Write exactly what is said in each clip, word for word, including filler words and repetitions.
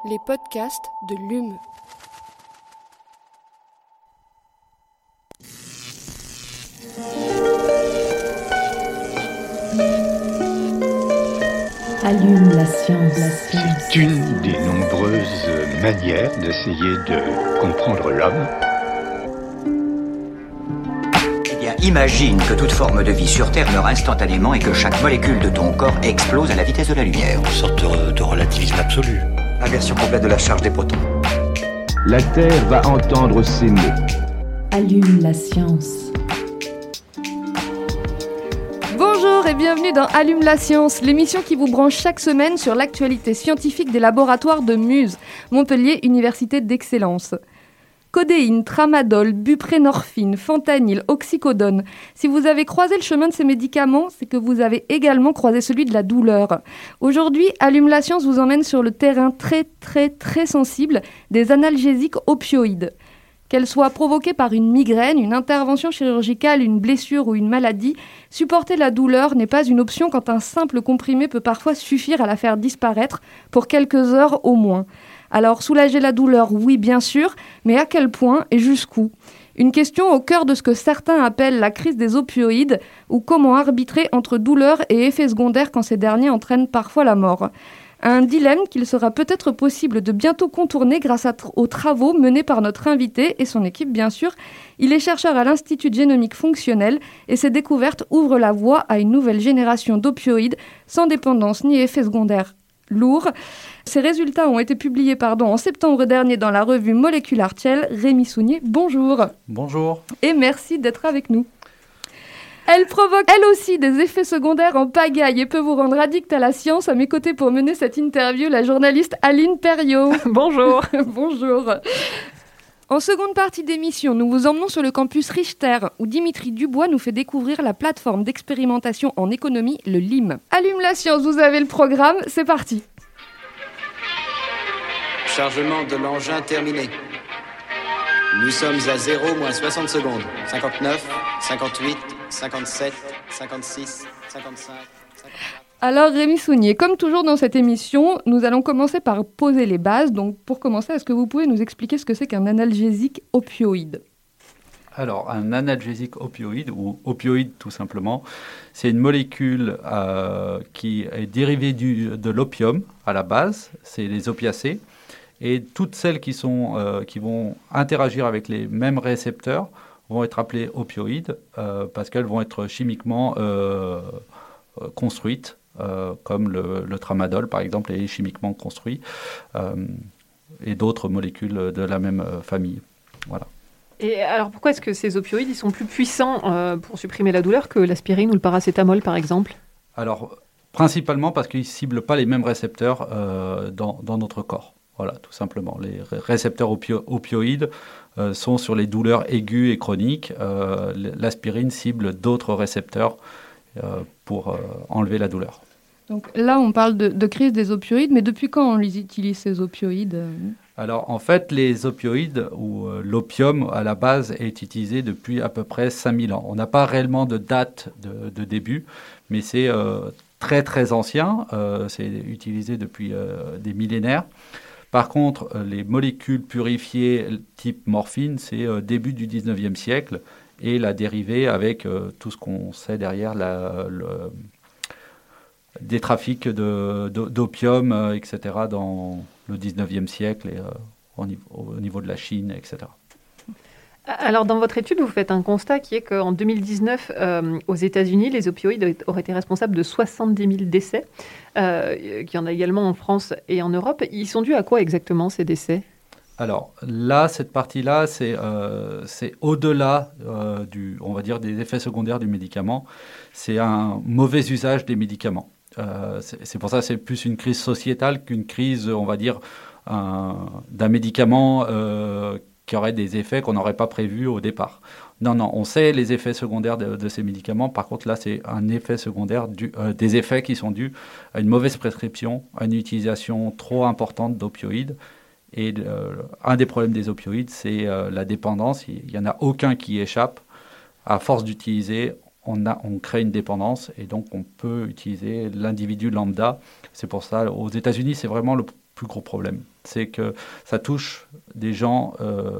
Les podcasts de l'U M. Allume la science. C'est une des nombreuses manières d'essayer de comprendre l'homme. Eh bien, imagine que toute forme de vie sur Terre meurt instantanément et que chaque molécule de ton corps explose à la vitesse de la lumière. Une sorte de, de relativisme absolu. Inversion complète de la charge des protons. La Terre va entendre ces mots. Allume la science. Bonjour et bienvenue dans Allume la science, l'émission qui vous branche chaque semaine sur l'actualité scientifique des laboratoires de Muse, Montpellier, université d'excellence. Codéine, tramadol, buprenorphine, fentanyl, oxycodone. Si vous avez croisé le chemin de ces médicaments, c'est que vous avez également croisé celui de la douleur. Aujourd'hui, Allume la science vous emmène sur le terrain très très très sensible des analgésiques opioïdes. Qu'elles soient provoquées par une migraine, une intervention chirurgicale, une blessure ou une maladie, supporter la douleur n'est pas une option quand un simple comprimé peut parfois suffire à la faire disparaître pour quelques heures au moins. Alors, soulager la douleur, oui bien sûr, mais à quel point et jusqu'où ? Une question au cœur de ce que certains appellent la crise des opioïdes, ou comment arbitrer entre douleur et effets secondaires quand ces derniers entraînent parfois la mort. Un dilemme qu'il sera peut-être possible de bientôt contourner grâce à tra- aux travaux menés par notre invité et son équipe bien sûr. Il est chercheur à l'Institut de génomique fonctionnelle et ses découvertes ouvrent la voie à une nouvelle génération d'opioïdes sans dépendance ni effets secondaires lourds. Ces résultats ont été publiés pardon, en septembre dernier dans la revue Molecular Cell. Rémi Sounier, bonjour. Bonjour. Et merci d'être avec nous. Elle provoque elle aussi des effets secondaires en pagaille et peut vous rendre addict à la science. À mes côtés pour mener cette interview, la journaliste Aline Perriot. Bonjour. Bonjour. En seconde partie d'émission, nous vous emmenons sur le campus Richter, où Dimitri Dubois nous fait découvrir la plateforme d'expérimentation en économie, le L I M. Allume la science, vous avez le programme, c'est parti. Chargement de l'engin terminé. Nous sommes à zéro moins soixante secondes. cinquante-neuf, cinquante-huit, cinquante-sept, cinquante-six, cinquante-cinq, cinquante-quatre... Alors Rémi Sounier, comme toujours dans cette émission, nous allons commencer par poser les bases. Donc pour commencer, est-ce que vous pouvez nous expliquer ce que c'est qu'un analgésique opioïde ? Alors, un analgésique opioïde, ou opioïde tout simplement, c'est une molécule euh, qui est dérivée du, de l'opium à la base, c'est les opiacés. Et toutes celles qui, sont, euh, qui vont interagir avec les mêmes récepteurs vont être appelées opioïdes euh, parce qu'elles vont être chimiquement euh, construites, euh, comme le, le tramadol, par exemple, est chimiquement construit, euh, et d'autres molécules de la même famille. Voilà. Et alors, pourquoi est-ce que ces opioïdes ils sont plus puissants euh, pour supprimer la douleur que l'aspirine ou le paracétamol, par exemple ? Alors, principalement parce qu'ils ne ciblent pas les mêmes récepteurs euh, dans, dans notre corps. Voilà, tout simplement. Les récepteurs opio- opioïdes euh, sont sur les douleurs aiguës et chroniques. Euh, l'aspirine cible d'autres récepteurs euh, pour euh, enlever la douleur. Donc là, on parle de, de crise des opioïdes, mais depuis quand on les utilise, ces opioïdes ? Alors, en fait, les opioïdes, ou euh, l'opium, à la base, est utilisé depuis à peu près cinq mille ans. On n'a pas réellement de date de, de début, mais c'est euh, très, très ancien. Euh, c'est utilisé depuis euh, des millénaires. Par contre, les molécules purifiées type morphine, c'est euh, début du dix-neuvième siècle et la dérivée avec euh, tout ce qu'on sait derrière la, le, des trafics de, de, d'opium, euh, et cetera dans le dix-neuvième siècle et euh, au, niveau, au niveau de la Chine, et cetera. Alors, dans votre étude, vous faites un constat qui est qu'en deux mille dix-neuf, euh, aux États-Unis, les opioïdes auraient été responsables de soixante-dix mille décès, euh, qu'il y en a également en France et en Europe. Ils sont dus à quoi exactement, ces décès ? Alors là, cette partie-là, c'est, euh, c'est au-delà euh, du, on va dire, des effets secondaires du médicament. C'est un mauvais usage des médicaments. Euh, c'est, c'est pour ça que c'est plus une crise sociétale qu'une crise, on va dire, un, d'un médicament euh, qui aurait des effets qu'on n'aurait pas prévus au départ. Non, non, on sait les effets secondaires de, de ces médicaments. Par contre, là, c'est un effet secondaire, du, euh, des effets qui sont dus à une mauvaise prescription, à une utilisation trop importante d'opioïdes. Et euh, un des problèmes des opioïdes, c'est euh, la dépendance. Il n'y en a aucun qui échappe. À force d'utiliser, on, a, on crée une dépendance et donc on peut utiliser l'individu lambda. C'est pour ça, aux États-Unis, c'est vraiment le plus gros problème. C'est que ça touche des gens euh,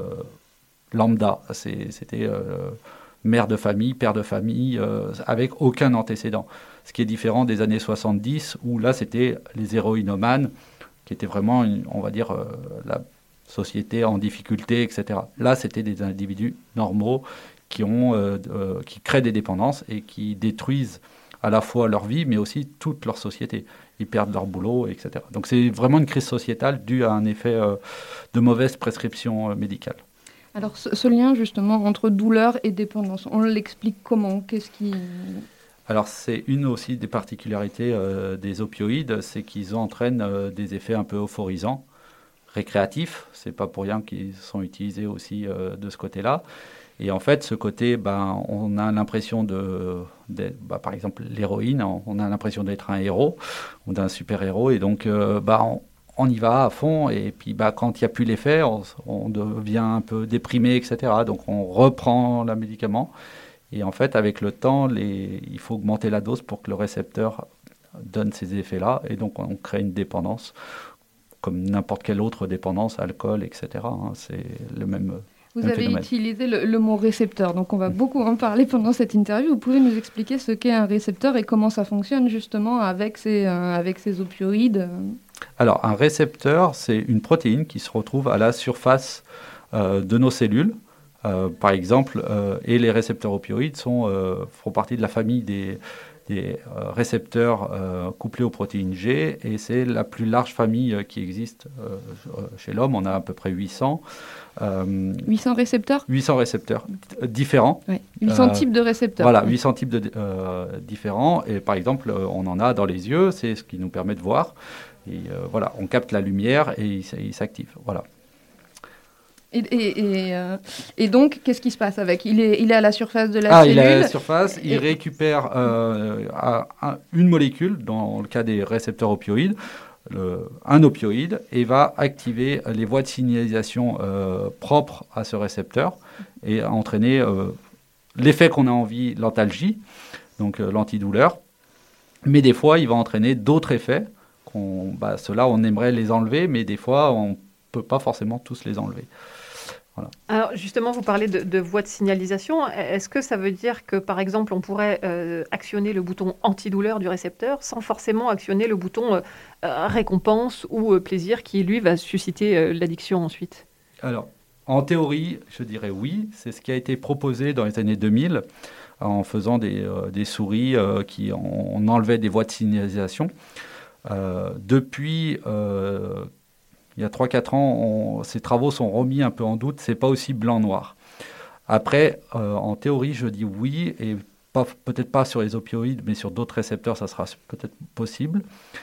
lambda. C'est, c'était euh, mère de famille, père de famille, euh, avec aucun antécédent. Ce qui est différent des années soixante-dix, où là, c'était les héroïnomanes, qui étaient vraiment, une, on va dire, euh, la société en difficulté, et cetera. Là, c'était des individus normaux qui, ont, euh, euh, qui créent des dépendances et qui détruisent à la fois leur vie, mais aussi toute leur société. Ils perdent leur boulot, et cetera. Donc c'est vraiment une crise sociétale due à un effet euh, de mauvaise prescription euh, médicale. Alors ce, ce lien justement entre douleur et dépendance, on l'explique comment? Qu'est-ce qui... Alors c'est une aussi des particularités euh, des opioïdes, c'est qu'ils entraînent euh, des effets un peu euphorisants, récréatifs. C'est pas pour rien qu'ils sont utilisés aussi euh, de ce côté-là. Et en fait, ce côté, ben, on a l'impression de, de bah, par exemple, l'héroïne, on a l'impression d'être un héros ou d'un super-héros, et donc, euh, bah, on, on y va à fond. Et puis, bah, quand il n'y a plus l'effet, on, on devient un peu déprimé, et cetera. Donc, on reprend le médicament. Et en fait, avec le temps, les, il faut augmenter la dose pour que le récepteur donne ces effets-là. Et donc, on crée une dépendance, comme n'importe quelle autre dépendance, alcool, et cetera. Hein, c'est le même. Vous avez phénomène. utilisé le, le mot récepteur, donc on va beaucoup en parler pendant cette interview. Vous pouvez nous expliquer ce qu'est un récepteur et comment ça fonctionne justement avec ces, euh, avec ces opioïdes? Alors, un récepteur, c'est une protéine qui se retrouve à la surface euh, de nos cellules, euh, par exemple, euh, et les récepteurs opioïdes sont, euh, font partie de la famille des, des euh, récepteurs euh, couplés aux protéines G, et c'est la plus large famille euh, qui existe euh, chez l'homme. On a à peu près huit cents. Euh, huit cents récepteurs huit cents récepteurs euh, différents. Oui. huit cents euh, types de récepteurs. Voilà, huit cents types de, euh, différents. Et par exemple, euh, on en a dans les yeux, c'est ce qui nous permet de voir. Et euh, voilà, on capte la lumière et il, il s'active. Voilà. Et, et, et, euh, et donc, qu'est-ce qui se passe avec il est, il est à la surface de la ah, cellule. Il est à la surface, et... il récupère euh, à, à une molécule, dans le cas des récepteurs opioïdes, Le, un opioïde, et va activer les voies de signalisation euh, propres à ce récepteur et entraîner euh, l'effet qu'on a envie, l'antalgie, donc euh, l'antidouleur. Mais des fois, il va entraîner d'autres effets. Qu'on, bah, ceux-là, on aimerait les enlever, mais des fois, on ne peut pas forcément tous les enlever. Voilà. Alors justement, vous parlez de, de voies de signalisation. Est-ce que ça veut dire que, par exemple, on pourrait euh, actionner le bouton antidouleur du récepteur sans forcément actionner le bouton euh, récompense ou euh, plaisir qui, lui, va susciter euh, l'addiction ensuite? Alors, en théorie, je dirais oui. C'est ce qui a été proposé dans les années deux mille en faisant des, euh, des souris euh, qui on, on enlevait des voies de signalisation. Euh, depuis... Euh, Il y a trois à quatre ans, on, ces travaux sont remis un peu en doute. Ce n'est pas aussi blanc-noir. Après, euh, en théorie, je dis oui, et pas, peut-être pas sur les opioïdes, mais sur d'autres récepteurs, ça sera peut-être possible.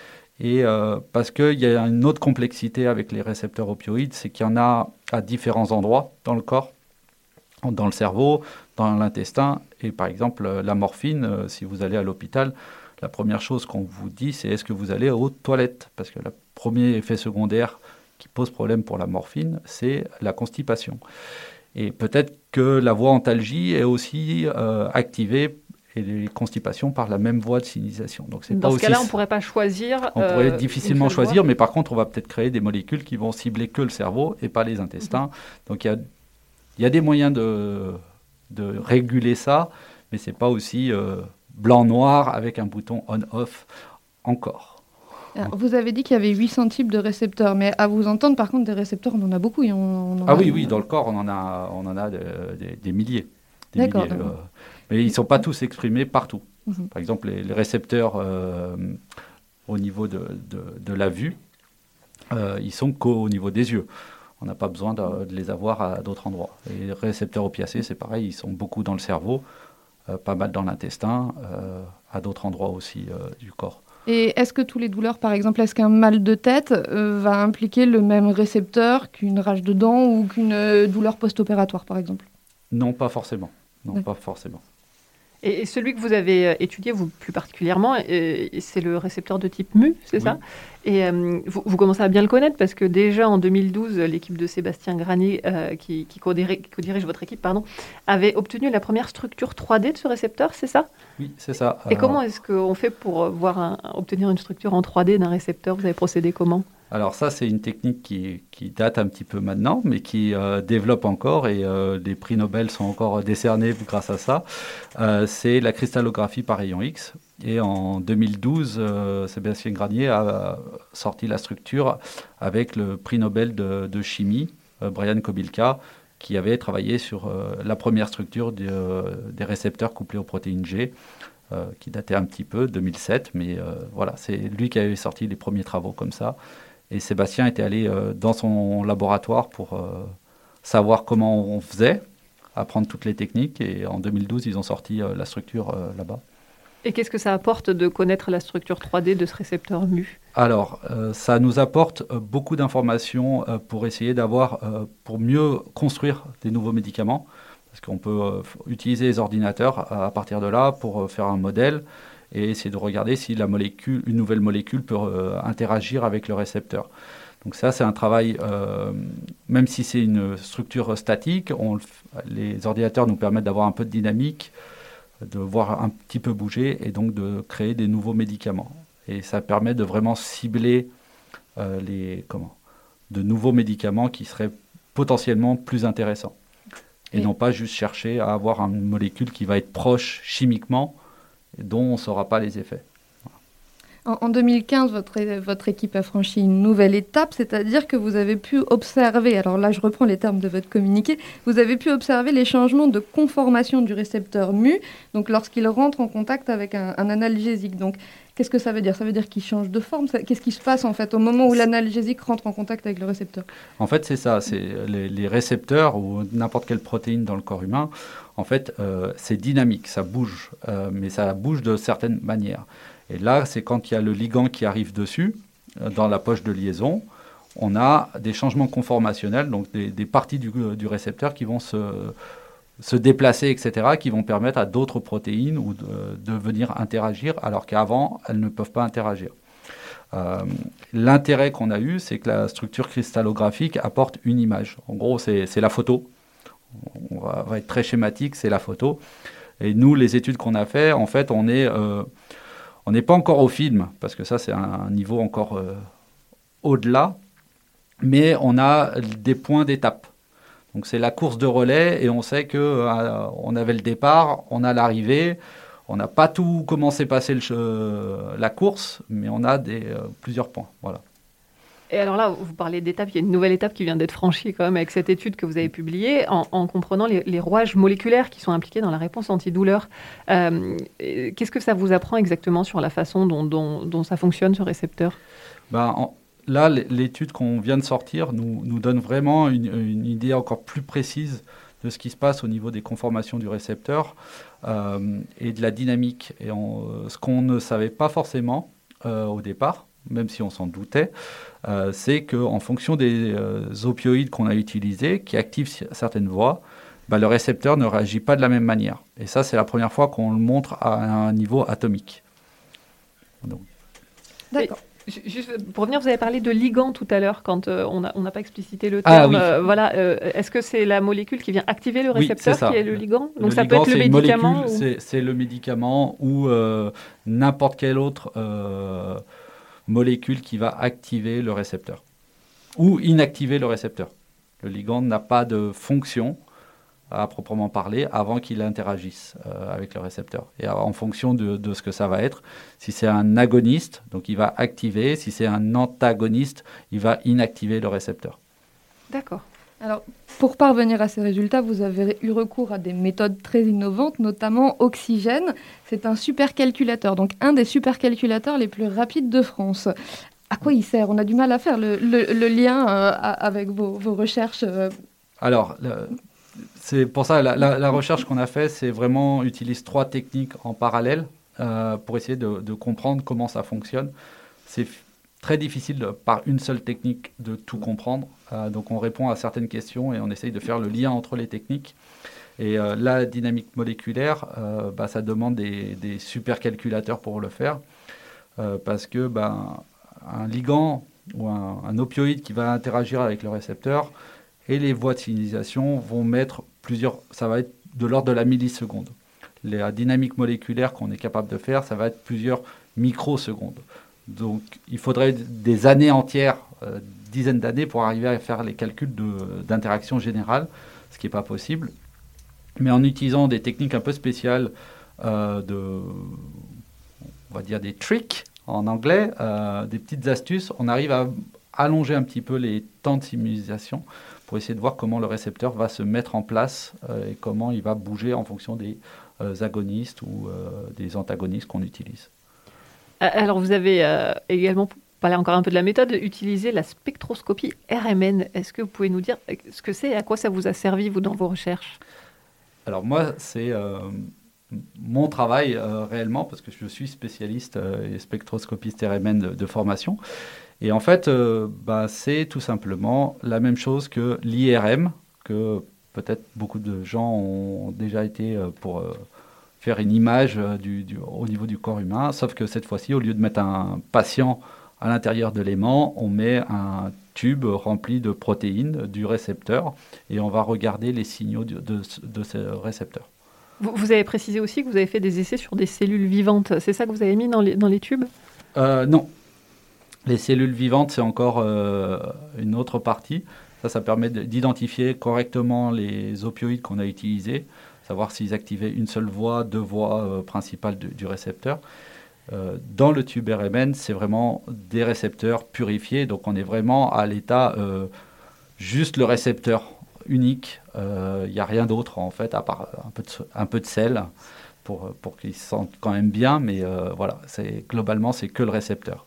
Et euh, parce qu'il y a une autre complexité avec les récepteurs opioïdes, c'est qu'il y en a à différents endroits dans le corps, dans le cerveau, dans l'intestin. Et par exemple, la morphine, euh, si vous allez à l'hôpital, la première chose qu'on vous dit, c'est est-ce que vous allez aux toilettes? Parce que le premier effet secondaire qui pose problème pour la morphine, c'est la constipation. Et peut-être que la voie antalgie est aussi euh, activée et les constipations par la même voie de signalisation. Donc c'est Dans pas ce aussi... cas-là, on ne pourrait pas choisir... On euh, pourrait difficilement choisir, voie. Mais par contre, on va peut-être créer des molécules qui vont cibler que le cerveau et pas les intestins. Mm-hmm. Donc il y a, y a des moyens de, de réguler ça, mais ce n'est pas aussi euh, blanc-noir avec un bouton on-off encore. Alors, vous avez dit qu'il y avait huit cents types de récepteurs, mais à vous entendre, par contre, des récepteurs, on en a beaucoup. On en ah a... oui, oui, dans le corps, on en a, on en a de, de, des milliers. Des D'accord. Milliers, euh, mais ils ne sont pas tous exprimés partout. Mm-hmm. Par exemple, les, les récepteurs euh, au niveau de, de, de la vue, euh, ils sont qu'au niveau des yeux. On n'a pas besoin de, de les avoir à d'autres endroits. Et les récepteurs opiacés, c'est pareil, ils sont beaucoup dans le cerveau, euh, pas mal dans l'intestin, euh, à d'autres endroits aussi euh, du corps. Et est-ce que tous les douleurs, par exemple, est-ce qu'un mal de tête euh, va impliquer le même récepteur qu'une rage de dents ou qu'une euh, douleur post-opératoire, par exemple? Non, pas forcément. Non, ouais. pas forcément. Et, et celui que vous avez étudié, vous plus particulièrement, euh, c'est le récepteur de type mu, c'est oui. ça? Et euh, vous, vous commencez à bien le connaître parce que déjà en deux mille douze, l'équipe de Sébastien Granier, euh, qui, qui co-dirige, co-dirige votre équipe, pardon, avait obtenu la première structure trois D de ce récepteur, c'est ça ? Oui, c'est ça. Et Euh, comment est-ce qu'on fait pour voir un, obtenir une structure en trois D d'un récepteur ? Vous avez procédé comment ? Alors ça, c'est une technique qui, qui date un petit peu maintenant, mais qui euh, développe encore, et euh, des prix Nobel sont encore décernés grâce à ça. Euh, c'est la cristallographie par rayon X. Et en deux mille douze, euh, Sébastien Granier a sorti la structure avec le prix Nobel de, de chimie, euh, Brian Kobilka, qui avait travaillé sur euh, la première structure de, euh, des récepteurs couplés aux protéines G, euh, qui datait un petit peu, deux mille sept, mais euh, voilà, c'est lui qui avait sorti les premiers travaux comme ça. Et Sébastien était allé euh, dans son laboratoire pour euh, savoir comment on faisait, apprendre toutes les techniques. Et en deux mille douze, ils ont sorti euh, la structure euh, là-bas. Et qu'est-ce que ça apporte de connaître la structure trois D de ce récepteur mu ? Alors, euh, ça nous apporte euh, beaucoup d'informations euh, pour essayer d'avoir, euh, pour mieux construire des nouveaux médicaments. Parce qu'on peut euh, utiliser les ordinateurs à, à partir de là pour euh, faire un modèle et essayer de regarder si la molécule, une nouvelle molécule peut euh, interagir avec le récepteur. Donc ça, c'est un travail, euh, même si c'est une structure statique, on, les ordinateurs nous permettent d'avoir un peu de dynamique, de voir un petit peu bouger et donc de créer des nouveaux médicaments. Et ça permet de vraiment cibler euh, les, comment, de nouveaux médicaments qui seraient potentiellement plus intéressants. Et oui. Non pas juste chercher à avoir une molécule qui va être proche chimiquement dont on ne saura pas les effets. En, en deux mille quinze, votre, votre équipe a franchi une nouvelle étape, c'est-à-dire que vous avez pu observer, alors là je reprends les termes de votre communiqué, vous avez pu observer les changements de conformation du récepteur mu, donc lorsqu'il rentre en contact avec un, un analgésique. Donc qu'est-ce que ça veut dire ? Ça veut dire qu'il change de forme ? Qu'est-ce qui se passe en fait au moment où l'analgésique rentre en contact avec le récepteur ? En fait, c'est ça, c'est les, les récepteurs ou n'importe quelle protéine dans le corps humain. En fait, euh, c'est dynamique, ça bouge, euh, mais ça bouge de certaines manières. Et là, c'est quand il y a le ligand qui arrive dessus, euh, dans la poche de liaison, on a des changements conformationnels, donc des, des parties du, du récepteur qui vont se, se déplacer, et cetera, qui vont permettre à d'autres protéines ou de, de venir interagir, alors qu'avant, elles ne peuvent pas interagir. Euh, l'intérêt qu'on a eu, c'est que la structure cristallographique apporte une image. En gros, c'est, c'est la photo. On va, on va être très schématique, c'est la photo. Et nous, les études qu'on a fait, en fait, on est, euh, on n'est pas encore au film, parce que ça, c'est un, un niveau encore euh, au-delà, mais on a des points d'étape. Donc, c'est la course de relais, et on sait qu'on euh, avait le départ, on a l'arrivée. On n'a pas tout commencé passer le, euh, la course, mais on a des, euh, plusieurs points. Voilà. Et alors là, vous parlez d'étape, il y a une nouvelle étape qui vient d'être franchie quand même avec cette étude que vous avez publiée en, en comprenant les, les rouages moléculaires qui sont impliqués dans la réponse antidouleur. Euh, qu'est-ce que ça vous apprend exactement sur la façon dont, dont, dont ça fonctionne, ce récepteur ? ben, en, Là, l'étude qu'on vient de sortir nous, nous donne vraiment une, une idée encore plus précise de ce qui se passe au niveau des conformations du récepteur euh, et de la dynamique. Et on, ce qu'on ne savait pas forcément euh, au départ, même si on s'en doutait, euh, c'est qu'en fonction des euh, opioïdes qu'on a utilisés, qui activent certaines voies, bah, le récepteur ne réagit pas de la même manière. Et ça, c'est la première fois qu'on le montre à un niveau atomique. Donc. D'accord. Juste pour revenir, vous avez parlé de ligand tout à l'heure, quand euh, on n'a on pas explicité le terme. Ah, oui. euh, voilà, euh, est-ce que c'est la molécule qui vient activer le récepteur oui, qui est le ligand ? Donc le ça ligand, peut être le médicament ou... c'est, c'est le médicament ou euh, n'importe quelle autre euh, molécule qui va activer le récepteur ou inactiver le récepteur. Le ligand n'a pas de fonction à proprement parler avant qu'il interagisse euh, avec le récepteur. Et en fonction de, de ce que ça va être, si c'est un agoniste, donc il va activer, si c'est un antagoniste, il va inactiver le récepteur. D'accord. Alors, pour parvenir à ces résultats, vous avez eu recours à des méthodes très innovantes, notamment Oxygène. C'est un supercalculateur, donc un des supercalculateurs les plus rapides de France. À quoi il sert ? On a du mal à faire le, le, le lien euh, avec vos, vos recherches. Euh... Alors, le... c'est pour ça, la, la, la recherche qu'on a faite, c'est vraiment utilise trois techniques en parallèle euh, pour essayer de, de comprendre comment ça fonctionne. C'est f- très difficile de, par une seule technique de tout comprendre. Euh, donc on répond à certaines questions et on essaye de faire le lien entre les techniques. Et euh, la dynamique moléculaire, euh, bah, ça demande des, des supercalculateurs pour le faire. Euh, parce que ben, un ligand ou un, un opioïde qui va interagir avec le récepteur et les voies de signalisation vont mettre plusieurs, ça va être de l'ordre de la milliseconde. La dynamique moléculaire qu'on est capable de faire, ça va être plusieurs microsecondes. Donc il faudrait des années entières, euh, dizaines d'années pour arriver à faire les calculs de, d'interaction générale, ce qui n'est pas possible. Mais en utilisant des techniques un peu spéciales, euh, de, on va dire des tricks en anglais, euh, des petites astuces, on arrive à allonger un petit peu les temps de signalisation pour essayer de voir comment le récepteur va se mettre en place euh, et comment il va bouger en fonction des euh, agonistes ou euh, des antagonistes qu'on utilise. Alors vous avez euh, également, pour parler encore un peu de la méthode, utilisé la spectroscopie R M N. Est-ce que vous pouvez nous dire ce que c'est et à quoi ça vous a servi, vous, dans vos recherches ? Alors moi, c'est euh, mon travail euh, réellement, parce que je suis spécialiste euh, et spectroscopiste R M N de, de formation. Et en fait, euh, bah, c'est tout simplement la même chose que l'I R M, que peut-être beaucoup de gens ont déjà été euh, pour euh, faire une image euh, du, du, au niveau du corps humain, sauf que cette fois-ci, au lieu de mettre un patient à l'intérieur de l'aimant, on met un tube rempli de protéines du récepteur et on va regarder les signaux de, de, de ce récepteur. Vous, vous avez précisé aussi que vous avez fait des essais sur des cellules vivantes. C'est ça que vous avez mis dans les, dans les tubes ? euh, Non. Les cellules vivantes, c'est encore euh, une autre partie. Ça, ça permet de, d'identifier correctement les opioïdes qu'on a utilisés, savoir s'ils activaient une seule voie, deux voies euh, principales du, du récepteur. Euh, dans le tube R M N, c'est vraiment des récepteurs purifiés. Donc, on est vraiment à l'état euh, juste le récepteur unique. Il euh, n'y a rien d'autre, en fait, à part un peu de, un peu de sel pour, pour qu'ils se sentent quand même bien. Mais euh, voilà, c'est, globalement, c'est que le récepteur.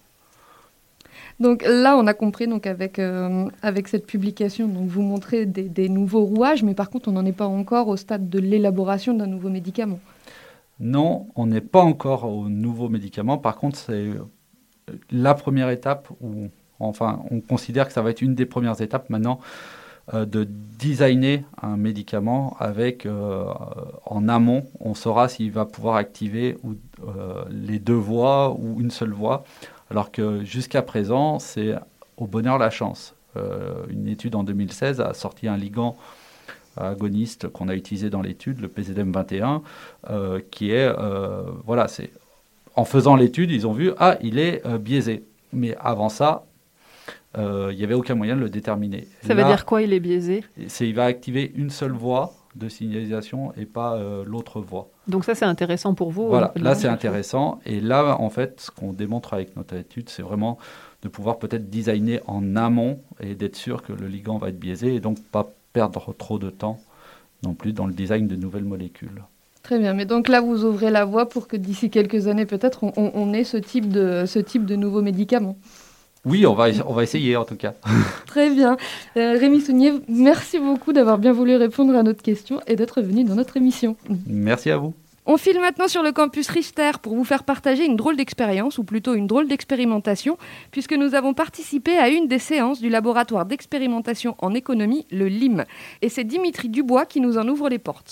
Donc là, on a compris donc avec, euh, avec cette publication, donc vous montrez des, des nouveaux rouages, mais par contre, on n'en est pas encore au stade de l'élaboration d'un nouveau médicament. Non, on n'est pas encore au nouveau médicament. Par contre, c'est la première étape où, enfin, on considère que ça va être une des premières étapes maintenant euh, de designer un médicament avec, euh, en amont, on saura s'il va pouvoir activer ou, euh, les deux voies ou une seule voie. Alors que jusqu'à présent, c'est au bonheur la chance. Euh, une étude en deux mille seize a sorti un ligand agoniste qu'on a utilisé dans l'étude, le P Z M vingt et un, euh, qui est, euh, voilà, c'est, en faisant l'étude, ils ont vu, ah, il est euh, biaisé. Mais avant ça, euh, il n'y avait aucun moyen de le déterminer. Ça Là, veut dire quoi, il est biaisé ? C'est, il va activer une seule voie de signalisation et pas euh, l'autre voie. Donc ça, c'est intéressant pour vous ? Voilà, là, c'est intéressant. Et là, en fait, ce qu'on démontre avec notre étude, c'est vraiment de pouvoir peut-être designer en amont et d'être sûr que le ligand va être biaisé et donc pas perdre trop de temps non plus dans le design de nouvelles molécules. Très bien, mais donc là, vous ouvrez la voie pour que d'ici quelques années, peut-être, on, on, on ait ce type de, ce type de nouveaux médicaments. Oui, on va, on va essayer en tout cas. Très bien. Euh, Rémi Saunier, merci beaucoup d'avoir bien voulu répondre à notre question et d'être venu dans notre émission. Merci à vous. On file maintenant sur le campus Richter pour vous faire partager une drôle d'expérience, ou plutôt une drôle d'expérimentation, puisque nous avons participé à une des séances du laboratoire d'expérimentation en économie, le L I M. Et c'est Dimitri Dubois qui nous en ouvre les portes.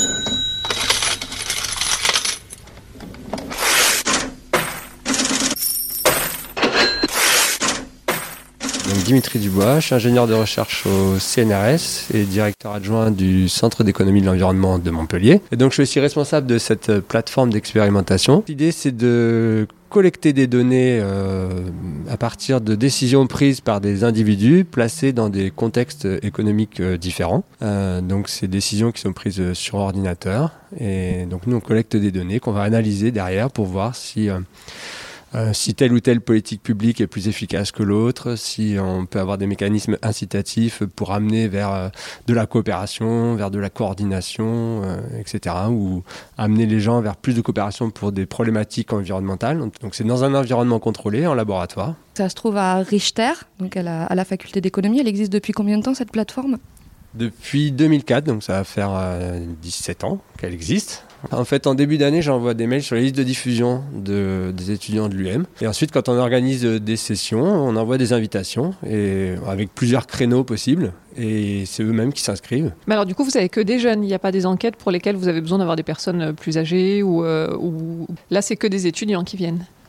Donc Dimitri Dubois, je suis ingénieur de recherche au C N R S et directeur adjoint du Centre d'économie de l'environnement de Montpellier. Et donc je suis aussi responsable de cette plateforme d'expérimentation. L'idée, c'est de collecter des données euh, à partir de décisions prises par des individus placés dans des contextes économiques euh, différents. Euh, donc ces décisions qui sont prises sur ordinateur. Et donc nous, on collecte des données qu'on va analyser derrière pour voir si... Euh, Euh, si telle ou telle politique publique est plus efficace que l'autre, si on peut avoir des mécanismes incitatifs pour amener vers euh, de la coopération, vers de la coordination, euh, et cetera, ou amener les gens vers plus de coopération pour des problématiques environnementales. Donc c'est dans un environnement contrôlé, en laboratoire. Ça se trouve à Richter, donc à la, à la faculté d'économie. Elle existe depuis combien de temps, cette plateforme ? Depuis deux mille quatre, donc ça va faire euh, dix-sept ans qu'elle existe. En fait, en début d'année, j'envoie des mails sur les listes de diffusion de, des étudiants de l'U M. Et ensuite, quand on organise des sessions, on envoie des invitations et avec plusieurs créneaux possibles. Et c'est eux-mêmes qui s'inscrivent. Mais alors, du coup, vous n'avez que des jeunes. Il n'y a pas des enquêtes pour lesquelles vous avez besoin d'avoir des personnes plus âgées ou, euh, ou... Là, c'est que des étudiants qui viennent.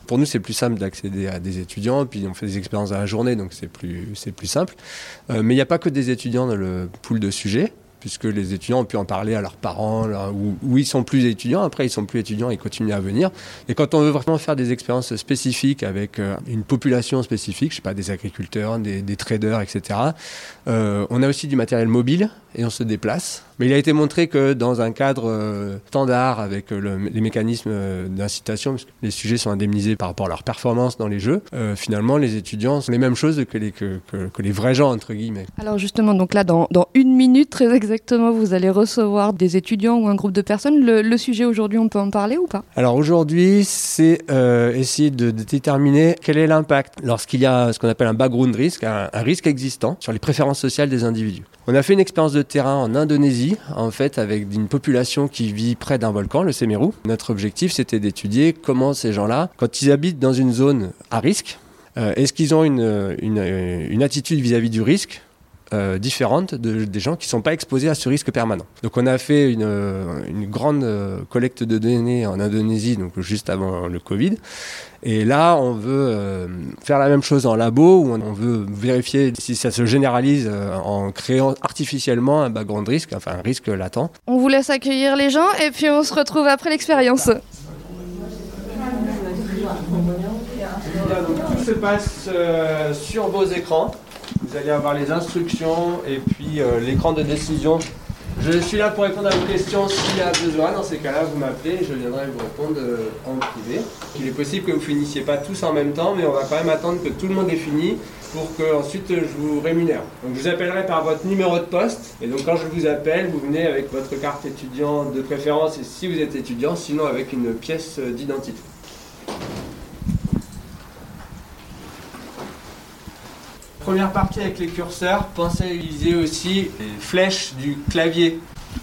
Pour nous, c'est plus simple d'accéder à des étudiants, puis on fait des expériences à la journée, donc c'est plus, c'est plus simple. Euh, mais il n'y a pas que des étudiants dans le pool de sujets, puisque les étudiants ont pu en parler à leurs parents, là, où, où ils sont plus étudiants, après ils sont plus étudiants, ils continuent à venir. Et quand on veut vraiment faire des expériences spécifiques avec euh, une population spécifique, je sais pas, des agriculteurs, des, des traders, et cetera, euh, on a aussi du matériel mobile et on se déplace. Mais il a été montré que dans un cadre euh, standard avec euh, le, les mécanismes euh, d'incitation, parce que les sujets sont indemnisés par rapport à leur performance dans les jeux, euh, finalement les étudiants sont les mêmes choses que les, que, que, que les vrais gens, entre guillemets. Alors justement, donc là, dans, dans une minute très exactement, vous allez recevoir des étudiants ou un groupe de personnes. Le, le sujet aujourd'hui, on peut en parler ou pas ? Alors aujourd'hui, c'est euh, essayer de, de déterminer quel est l'impact lorsqu'il y a ce qu'on appelle un background risk, un, un risque existant sur les préférences sociales des individus. On a fait une expérience de terrain en Indonésie, en fait, avec une population qui vit près d'un volcan, le Semeru. Notre objectif, c'était d'étudier comment ces gens-là, quand ils habitent dans une zone à risque, euh, est-ce qu'ils ont une, une, une attitude vis-à-vis du risque euh, différente de, des gens qui ne sont pas exposés à ce risque permanent. Donc on a fait une, une grande collecte de données en Indonésie, donc juste avant le Covid. Et là, on veut euh, faire la même chose en labo, où on veut vérifier si ça se généralise euh, en créant artificiellement un background risk, enfin un risque latent. On vous laisse accueillir les gens et puis on se retrouve après l'expérience. Tout se passe euh, sur vos écrans. Vous allez avoir les instructions et puis euh, l'écran de décision. Je suis là pour répondre à vos questions s'il y a besoin. Dans ces cas-là, vous m'appelez et je viendrai vous répondre euh, en privé. Il est possible que vous ne finissiez pas tous en même temps, mais on va quand même attendre que tout le monde ait fini pour que ensuite je vous rémunère. Donc je vous appellerai par votre numéro de poste. Et donc quand je vous appelle, vous venez avec votre carte étudiant de préférence et si vous êtes étudiant, sinon avec une pièce d'identité. Première partie avec les curseurs, pensez à utiliser aussi les flèches du clavier.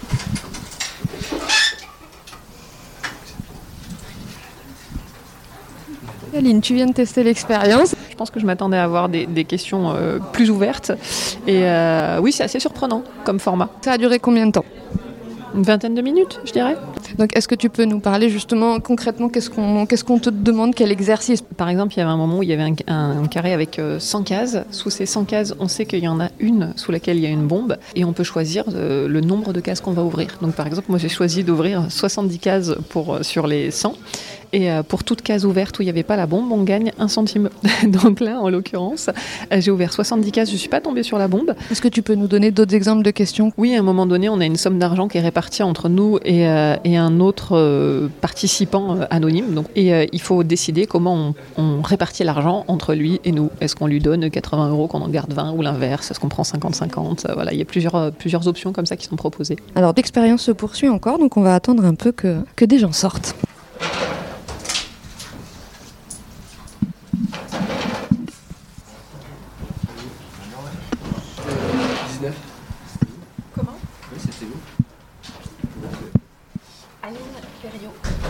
Aline, tu viens de tester l'expérience. Je pense que je m'attendais à avoir des, des questions euh, plus ouvertes. Et euh, oui, c'est assez surprenant comme format. Ça a duré combien de temps ? Une vingtaine de minutes, je dirais. Donc, est-ce que tu peux nous parler justement concrètement, qu'est-ce qu'on, qu'est-ce qu'on te demande, quel exercice ? Par exemple, il y avait un moment où il y avait un, un, un carré avec euh, cent cases. Sous ces cent cases, on sait qu'il y en a une sous laquelle il y a une bombe et on peut choisir euh, le nombre de cases qu'on va ouvrir. Donc, par exemple, moi, j'ai choisi d'ouvrir soixante-dix cases pour, euh, sur les cent. Et euh, pour toute case ouverte où il n'y avait pas la bombe, on gagne un centime. Donc là, en l'occurrence, euh, j'ai ouvert soixante-dix cases, je ne suis pas tombée sur la bombe. Est-ce que tu peux nous donner d'autres exemples de questions ? Oui, à un moment donné, on a une somme d'argent qui est répartie entre nous et, euh, et un autre euh, participant euh, anonyme. Donc, et euh, il faut décider comment on, on répartit l'argent entre lui et nous. Est-ce qu'on lui donne quatre-vingts euros, qu'on en garde vingt ou l'inverse ? Est-ce qu'on prend cinquante cinquante ? Voilà, il y a plusieurs, euh, plusieurs options comme ça qui sont proposées. Alors, l'expérience se poursuit encore, donc on va attendre un peu que, que des gens sortent. Comment ? Oui, c'était où ? Aline Perriot.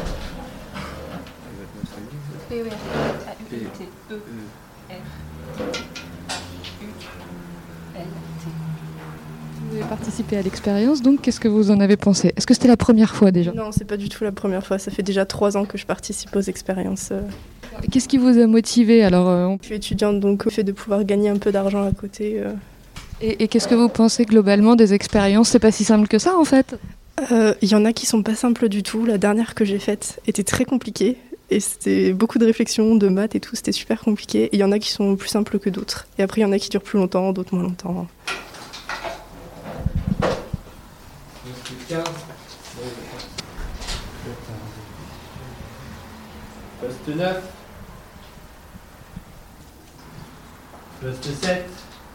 P E R A U T E R A U L T. Vous avez participé à l'expérience, donc qu'est-ce que vous en avez pensé ? Est-ce que c'était la première fois déjà ? Non, c'est pas du tout la première fois. Ça fait déjà trois ans que je participe aux expériences. Qu'est-ce qui vous a motivé alors euh, on... Je suis étudiante, donc le fait de pouvoir gagner un peu d'argent à côté. Euh... Et, et qu'est-ce que vous pensez globalement des expériences ? C'est pas si simple que ça en fait ? Il euh, y en a qui sont pas simples du tout. La dernière que j'ai faite était très compliquée. Et c'était beaucoup de réflexions, de maths et tout. C'était super compliqué. Et il y en a qui sont plus simples que d'autres. Et après, il y en a qui durent plus longtemps, d'autres moins longtemps. Poste neuf. Poste sept.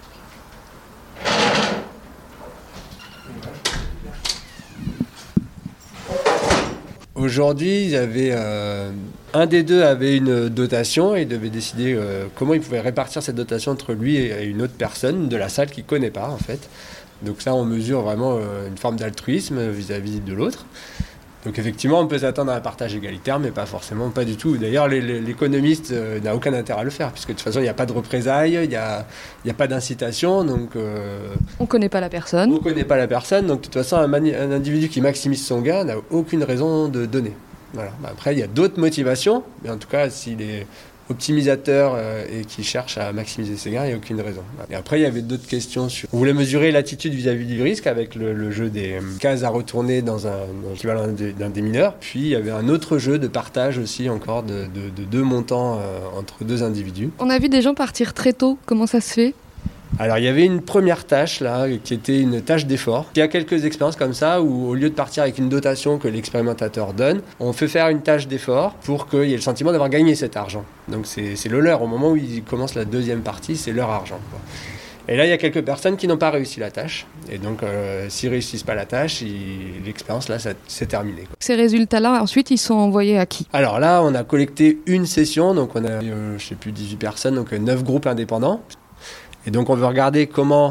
Aujourd'hui, il y avait, euh, un des deux avait une dotation et il devait décider euh, comment il pouvait répartir cette dotation entre lui et une autre personne de la salle qu'il ne connaît pas en fait. Donc ça, on mesure vraiment euh, une forme d'altruisme vis-à-vis de l'autre. Donc effectivement, on peut s'attendre à un partage égalitaire, mais pas forcément, pas du tout. D'ailleurs, les, les, l'économiste euh, n'a aucun intérêt à le faire, puisque de toute façon, il n'y a pas de représailles, il n'y a, y a pas d'incitation, donc... Euh, on ne connaît pas la personne. On ne connaît pas la personne, donc de toute façon, un, mani- un individu qui maximise son gain n'a aucune raison de donner. Voilà. Bah, après, il y a d'autres motivations, mais en tout cas, s'il est optimisateur euh, et qui cherche à maximiser ses gains, il n'y a aucune raison. Et après, il y avait d'autres questions sur... On voulait mesurer l'attitude vis-à-vis du risque avec le, le jeu des euh, cases à retourner dans un dans l'équivalent d'un démineur. Puis, il y avait un autre jeu de partage aussi, encore, de, de, de deux montants euh, entre deux individus. On a vu des gens partir très tôt. Comment ça se fait ? Alors, il y avait une première tâche, là, qui était une tâche d'effort. Il y a quelques expériences comme ça où, au lieu de partir avec une dotation que l'expérimentateur donne, on fait faire une tâche d'effort pour qu'il y ait le sentiment d'avoir gagné cet argent. Donc, c'est, c'est le leur. Au moment où ils commencent la deuxième partie, c'est leur argent, quoi. Et là, il y a quelques personnes qui n'ont pas réussi la tâche. Et donc, euh, s'ils ne réussissent pas la tâche, il... l'expérience, là, ça... c'est terminé, quoi. Ces résultats-là, ensuite, ils sont envoyés à qui ? Alors là, on a collecté une session. Donc, on a, euh, je ne sais plus, dix-huit personnes, donc neuf groupes indépendants. Et donc, on veut regarder comment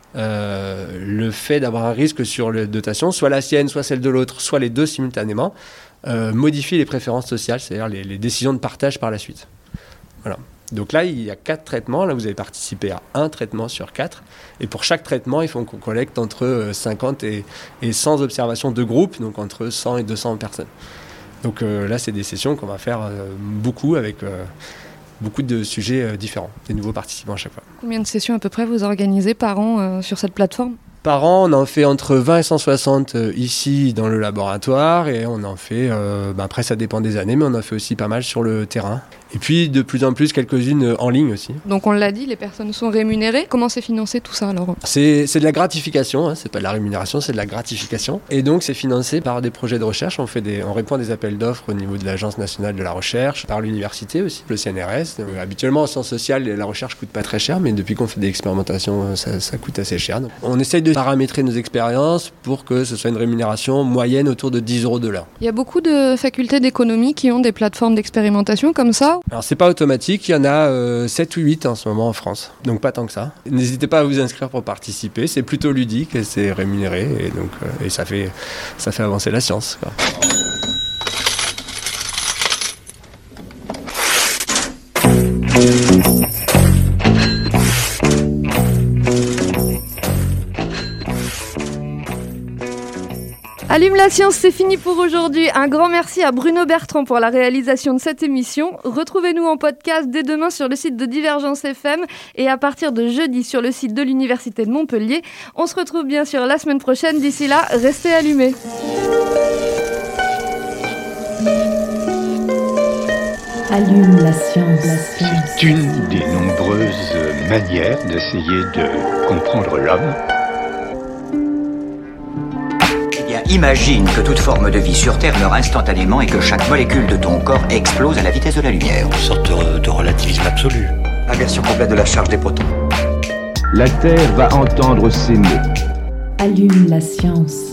euh, le fait d'avoir un risque sur les dotations, soit la sienne, soit celle de l'autre, soit les deux simultanément, euh, modifie les préférences sociales, c'est-à-dire les, les décisions de partage par la suite. Voilà. Donc là, il y a quatre traitements. Là, vous avez participé à un traitement sur quatre. Et pour chaque traitement, il faut qu'on collecte entre cinquante et, et cent observations de groupe, donc entre cent et deux cents personnes. Donc euh, là, c'est des sessions qu'on va faire euh, beaucoup avec... Euh, beaucoup de sujets euh, différents, des nouveaux participants à chaque fois. Combien de sessions à peu près vous organisez par an euh, sur cette plateforme ? Par an, on en fait entre vingt et cent soixante euh, ici dans le laboratoire et on en fait, euh, bah après ça dépend des années, mais on en fait aussi pas mal sur le terrain. Et puis de plus en plus quelques-unes en ligne aussi. Donc on l'a dit, les personnes sont rémunérées. Comment c'est financé tout ça alors ? C'est, c'est de la gratification, hein, c'est pas de la rémunération, c'est de la gratification. Et donc c'est financé par des projets de recherche. On, fait des, on répond à des appels d'offres au niveau de l'Agence nationale de la recherche, par l'université aussi, le C N R S. Donc, habituellement en sciences sociales, la recherche coûte pas très cher, mais depuis qu'on fait des expérimentations, ça, ça coûte assez cher. Donc, on essaye de paramétrer nos expériences pour que ce soit une rémunération moyenne autour de dix euros de l'heure. Il y a beaucoup de facultés d'économie qui ont des plateformes d'expérimentation comme ça ? Alors c'est pas automatique, il y en a euh, sept ou huit en ce moment en France, donc pas tant que ça. N'hésitez pas à vous inscrire pour participer, c'est plutôt ludique et c'est rémunéré et, donc, euh, et ça, fait, ça fait avancer la science, quoi. Allume la science, c'est fini pour aujourd'hui. Un grand merci à Bruno Bertrand pour la réalisation de cette émission. Retrouvez-nous en podcast dès demain sur le site de Divergence F M et à partir de jeudi sur le site de l'Université de Montpellier. On se retrouve bien sûr la semaine prochaine. D'ici là, restez allumés. Allume la science. La science. C'est une des nombreuses manières d'essayer de comprendre l'homme. Imagine que toute forme de vie sur Terre meurt instantanément et que chaque molécule de ton corps explose à la vitesse de la lumière. Une sorte de, de relativisme absolu. Inversion complète de la charge des protons. La Terre va entendre s'aimer. Allume la science.